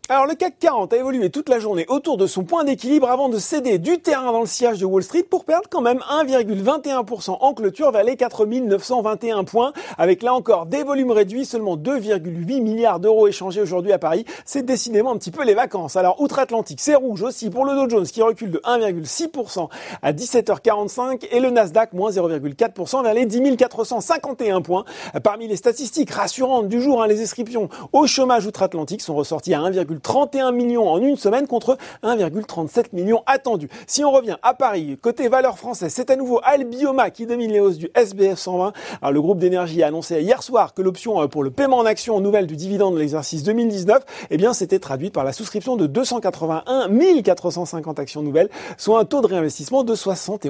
Alors le CAC 40 a évolué toute la journée autour de son point d'équilibre avant de céder du terrain dans le sillage de Wall Street pour perdre quand même 1,21% en clôture vers les 4921 points, avec là encore des volumes réduits, seulement 2,8 milliards d'euros échangés aujourd'hui à Paris. C'est décidément un petit peu les vacances. Alors outre-Atlantique, c'est rouge aussi pour le Dow Jones qui recule de 1,6% à 17h45 et le Nasdaq moins 0,4% vers les 10 451 points. Parmi les statistiques rassurantes du jour, les inscriptions au chômage outre-Atlantique sont ressorties à 1,31 million en une semaine contre 1,37 million attendu. Si on revient à Paris, côté valeurs françaises, c'est à nouveau Albioma qui domine les hausses du SBF 120. Alors, le groupe d'énergie a annoncé hier soir que l'option pour le paiement en actions nouvelle du dividende de l'exercice 2019, s'était traduite par la souscription de 281 450 actions nouvelles, soit un taux de réinvestissement de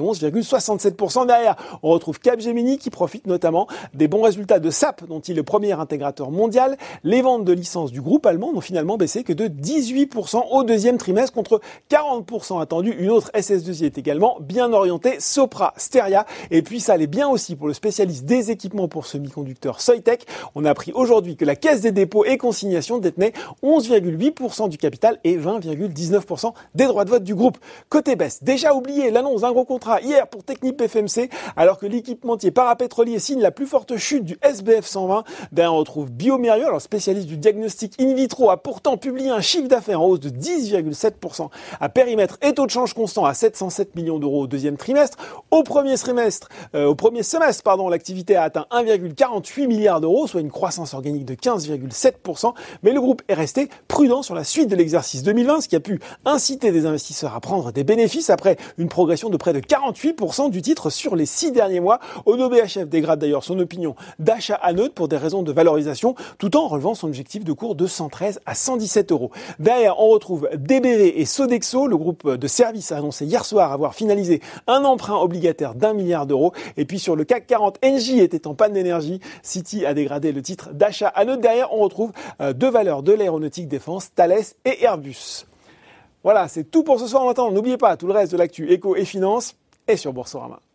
71,67%. Derrière, on retrouve Capgemini qui profite notamment des bons résultats de SAP, dont il est le premier intégrateur mondial. Les ventes de licences du groupe allemand n'ont finalement baissé que de 18% au deuxième trimestre contre 40% attendu. Une autre SS2I est également bien orientée, Sopra Steria. Et puis ça allait bien aussi pour le spécialiste des équipements pour semi-conducteurs Soitec. On a appris aujourd'hui que la Caisse des dépôts et consignations détenait 11,8% du capital et 20,19% des droits de vote du groupe. Côté baisse, déjà oublié l'annonce d'un gros contrat hier pour Technip FMC, alors que l'équipementier parapétrolier signe la plus forte chute du SBF 120. Derrière, on retrouve Biomérieux, alors spécialiste du diagnostic in vitro, a pourtant publié un chiffre d'affaires en hausse de 10,7% à périmètre et taux de change constant à 707 millions d'euros au deuxième trimestre. Au premier semestre, l'activité a atteint 1,48 milliard d'euros, soit une croissance organique de 15,7%. Mais le groupe est resté prudent sur la suite de l'exercice 2020, ce qui a pu inciter des investisseurs à prendre des bénéfices après une progression de près de 48% du titre sur les 6 derniers mois. Odo BHF dégrade d'ailleurs son opinion d'achat à neutre pour des raisons de valorisation, tout en relevant son objectif de cours de 113 à 117 euros. Derrière, on retrouve DBV et Sodexo. Le groupe de services a annoncé hier soir avoir finalisé un emprunt obligataire d'1 milliard d'euros. Et puis sur le CAC 40, Engie était en panne d'énergie. City a dégradé le titre d'achat à neutre. Derrière, on retrouve deux valeurs de l'aéronautique défense, Thales et Airbus. Voilà, c'est tout pour ce soir. Maintenant, n'oubliez pas tout le reste de l'actu éco et finance est sur Boursorama.